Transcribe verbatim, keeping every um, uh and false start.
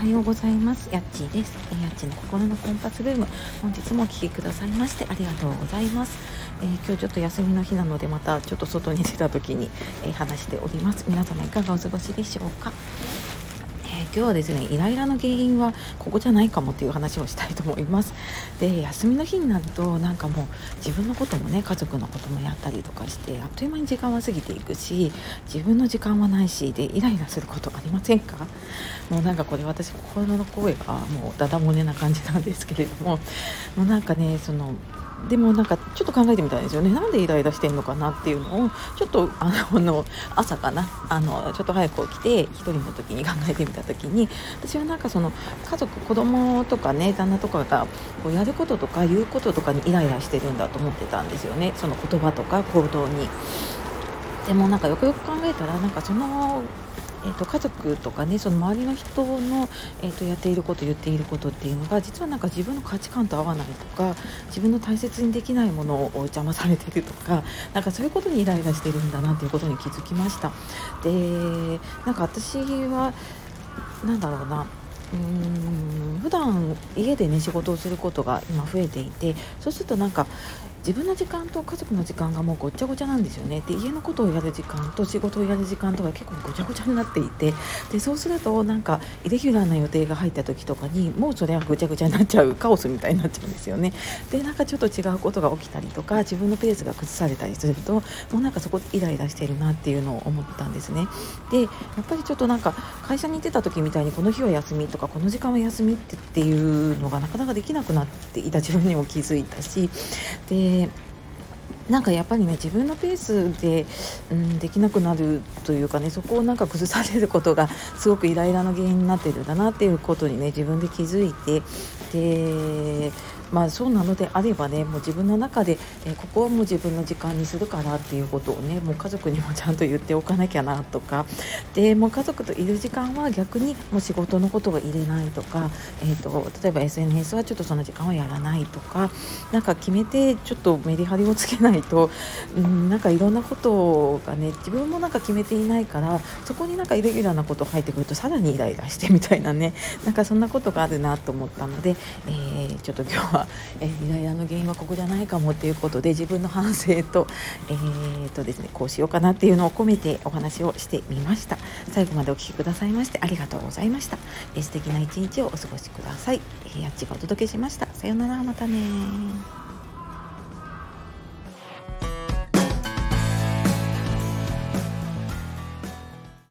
はようございます。やっちーです。えーやっちーの心のコンパスルーム、本日もお聞きくださいましてありがとうございます。えー今日ちょっと休みの日なので、またちょっと外に出た時に、えー話しております。皆様いかがお過ごしでしょうか。えー今日はですね、イライラの原因はここじゃないかもっていう話をしたいと思います。で、休みの日になるとなんかもう自分のこともね、家族のこともやったりとかして、あっという間に時間は過ぎていくし、自分の時間はないしで、イライラすることありませんか？もうなんかこれ私心の声がもうダダ漏れな感じなんですけれども、もうなんかね、そのでもなんかちょっと考えてみたんですよね。なんでイライラしてんのかなっていうのをちょっとあの朝かなあのちょっと早く起きて一人の時に考えてみた時に、私はなんかその家族子供とかね、旦那とかがこうやることとか言うこととかにイライラしてるんだと思ってたんですよね。その言葉とか行動に。でもなんかよくよく考えたら、なんかそのえー、と家族とかね、その周りの人の、えー、とやっていること言っていることっていうのが、実はなんか自分の価値観と合わないとか、自分の大切にできないものを邪魔されてるとか、なんかそういうことにイライラしてるんだなということに気づきました。で、なんか私はなんだろうな、うーん普段家でね仕事をすることが今増えていて、そうするとなんか自分の時間と家族の時間がもうごっちゃごちゃなんですよね。で、家のことをやる時間と仕事をやる時間とか結構ごちゃごちゃになっていて、でそうするとなんかイレギュラーな予定が入った時とかにもうそれはぐちゃぐちゃになっちゃう、カオスみたいになっちゃうんですよね。で、なんかちょっと違うことが起きたりとか、自分のペースが崩されたりすると、もうなんかそこでイライラしてるなっていうのを思ったんですね。で、やっぱりちょっとなんか会社に行ってた時みたいにこの日は休みとかこの時間は休みってっていうのがなかなかできなくなっていた自分にも気づいたし、でなんかやっぱりね、自分のペースで、うん、できなくなるというかね、そこをなんか崩されることがすごくイライラの原因になってるんだなっていうことにね、自分で気づいて、でまあそうなのであればね、もう自分の中で、えーここはもう自分の時間にするからっていうことをね、もう家族にもちゃんと言っておかなきゃなとか、でもう家族といる時間は逆にもう仕事のことは入れないとか、えー、と例えば エスエヌエス はちょっとその時間はやらないとか、なんか決めてちょっとメリハリをつけないと、うん、なんかいろんなことがね、自分もなんか決めていないから、そこになんかイレギュラーなこと入ってくるとさらにイライラしてみたいなね、なんかそんなことがあるなと思ったので、えーちょっと今日は、えーイライラの原因はここじゃないかもっていうことで、自分の反省と、えーとですね、こうしようかなっていうのを込めてお話をしてみました。最後までお聞きくださいましてありがとうございました。えー素敵な一日をお過ごしください。えーやっちがお届けしました。さようなら、またね。